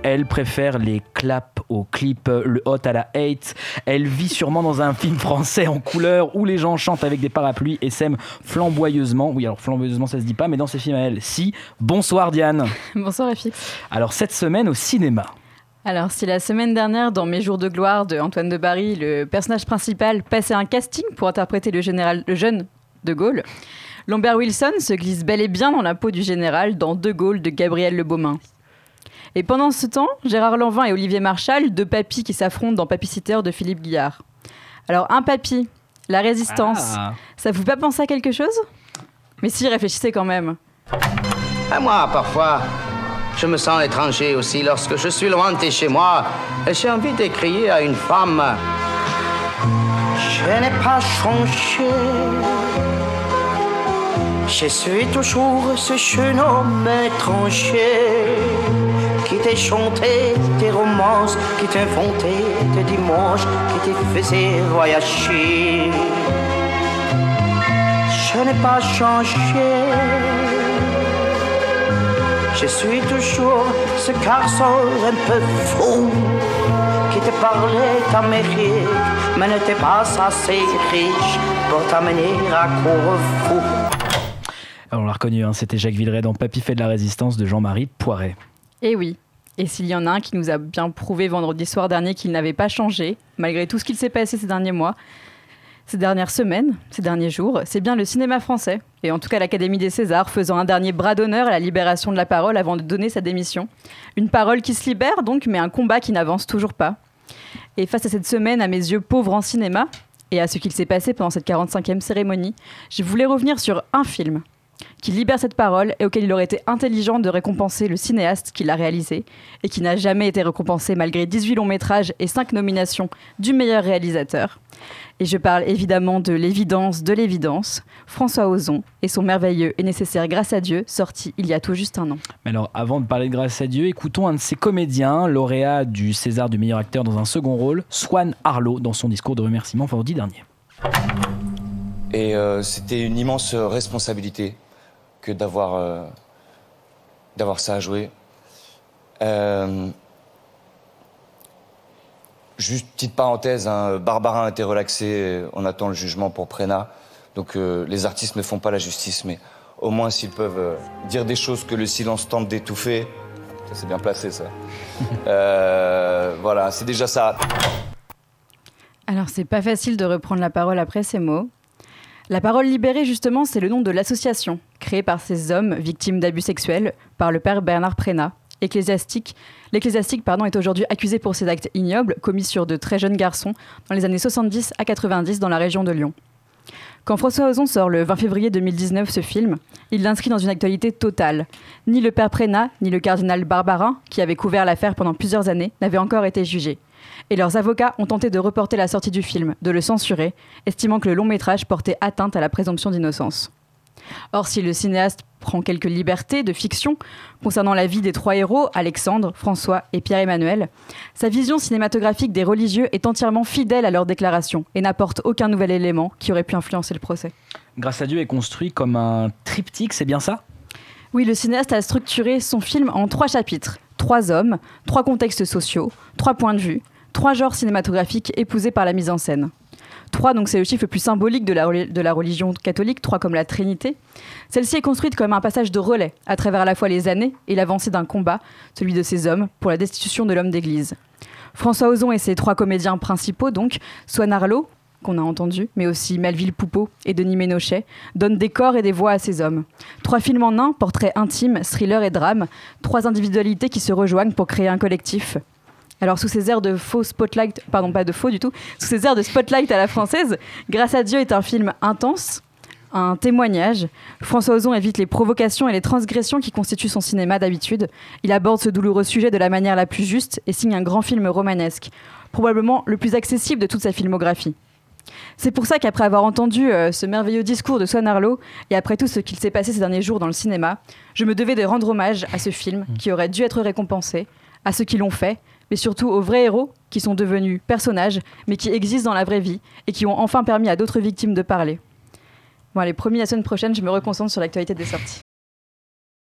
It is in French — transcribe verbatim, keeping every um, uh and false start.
Elle préfère les claps aux clips, le hot à la hate. Elle vit sûrement dans un film français en couleur où les gens chantent avec des parapluies et s'aiment flamboyeusement. Oui, alors flamboyeusement ça se dit pas, mais dans ces films à elle, si. Bonsoir Diane. Bonsoir F X. Alors cette semaine au cinéma. Alors, si la semaine dernière, dans Mes jours de gloire de Antoine de Barry, le personnage principal passait un casting pour interpréter le, général, le jeune de Gaulle, Lambert Wilson se glisse bel et bien dans la peau du général dans De Gaulle de Gabriel Le Beaumain. Et pendant ce temps, Gérard Lanvin et Olivier Marchal, deux papys qui s'affrontent dans Papy-Sitter de Philippe Guillard. Alors, un papy, la résistance, ah. Ça vous fait pas penser à quelque chose ? Mais si, réfléchissez quand même. À moi, parfois... Je me sens étranger aussi lorsque je suis loin de chez moi et j'ai envie de crier à une femme. Je n'ai pas changé. Je suis toujours ce jeune homme étranger qui t'a chanté des romances, qui t'a inventé des dimanches, qui t'a faisait voyager. Je n'ai pas changé. Je suis toujours ce garçon un peu fou qui te parlait d'Amérique, mais n'était pas assez riche pour t'amener à Corfou. Alors on l'a reconnu, hein, c'était Jacques Villeray dans Papy fait de la résistance de Jean-Marie Poiret. Eh oui, et s'il y en a un qui nous a bien prouvé vendredi soir dernier qu'il n'avait pas changé, malgré tout ce qu'il s'est passé ces derniers mois, ces dernières semaines, ces derniers jours, c'est bien le cinéma français, et en tout cas l'Académie des Césars, faisant un dernier bras d'honneur à la libération de la parole avant de donner sa démission. Une parole qui se libère donc, mais un combat qui n'avance toujours pas. Et face à cette semaine, à mes yeux pauvres en cinéma, et à ce qu'il s'est passé pendant cette quarante-cinquième cérémonie, je voulais revenir sur un film qui libère cette parole et auquel il aurait été intelligent de récompenser le cinéaste qui l'a réalisé et qui n'a jamais été récompensé malgré dix-huit longs métrages et cinq nominations du meilleur réalisateur. Et je parle évidemment de l'évidence de l'évidence, François Ozon et son merveilleux et nécessaire Grâce à Dieu, sorti il y a tout juste un an. Mais alors, avant de parler de Grâce à Dieu, écoutons un de ses comédiens, lauréat du César du meilleur acteur dans un second rôle, Swan Arlo, dans son discours de remerciement vendredi dernier. Et euh, c'était une immense responsabilité que d'avoir, euh, d'avoir ça à jouer. Euh, juste petite parenthèse, hein, Barbarin a été relaxé, on attend le jugement pour Prénat. Donc euh, les artistes ne font pas la justice, mais au moins s'ils peuvent euh, dire des choses que le silence tente d'étouffer, ça c'est bien placé ça. euh, voilà, c'est déjà ça. Alors c'est pas facile de reprendre la parole après ces mots. La parole libérée, justement, c'est le nom de l'association créée par ces hommes victimes d'abus sexuels par le père Bernard Prénat. Ecclésiastique, l'ecclésiastique pardon, est aujourd'hui accusé pour ces actes ignobles commis sur de très jeunes garçons dans les années soixante-dix à quatre-vingt-dix dans la région de Lyon. Quand François Ozon sort le vingt février deux mille dix-neuf ce film, il l'inscrit dans une actualité totale. Ni le père Prénat, ni le cardinal Barbarin, qui avait couvert l'affaire pendant plusieurs années, n'avaient encore été jugés. Et leurs avocats ont tenté de reporter la sortie du film, de le censurer, estimant que le long-métrage portait atteinte à la présomption d'innocence. Or, si le cinéaste prend quelques libertés de fiction concernant la vie des trois héros, Alexandre, François et Pierre-Emmanuel, sa vision cinématographique des religieux est entièrement fidèle à leurs déclarations et n'apporte aucun nouvel élément qui aurait pu influencer le procès. Grâce à Dieu est construit comme un triptyque, c'est bien ça ? Oui, le cinéaste a structuré son film en trois chapitres. Trois hommes, trois contextes sociaux, trois points de vue, trois genres cinématographiques épousés par la mise en scène. Trois, donc c'est le chiffre le plus symbolique de la, de la religion catholique, trois comme la Trinité. Celle-ci est construite comme un passage de relais à travers à la fois les années et l'avancée d'un combat, celui de ces hommes, pour la destitution de l'homme d'église. François Ozon et ses trois comédiens principaux, donc, Swan Arlo, qu'on a entendu, mais aussi Melville Poupeau et Denis Ménochet, donnent des corps et des voix à ces hommes. Trois films en un, portraits intimes, thrillers et drames, trois individualités qui se rejoignent pour créer un collectif. Alors, sous ces airs de faux spotlight, pardon, pas de faux du tout, sous ces airs de spotlight à la française, Grâce à Dieu est un film intense, un témoignage. François Ozon évite les provocations et les transgressions qui constituent son cinéma d'habitude. Il aborde ce douloureux sujet de la manière la plus juste et signe un grand film romanesque, probablement le plus accessible de toute sa filmographie. C'est pour ça qu'après avoir entendu euh, ce merveilleux discours de Swan Arlo et après tout ce qu'il s'est passé ces derniers jours dans le cinéma, je me devais de rendre hommage à ce film qui aurait dû être récompensé, à ceux qui l'ont fait, mais surtout aux vrais héros qui sont devenus personnages, mais qui existent dans la vraie vie et qui ont enfin permis à d'autres victimes de parler. Bon allez, promis, la semaine prochaine, je me reconcentre sur l'actualité des sorties.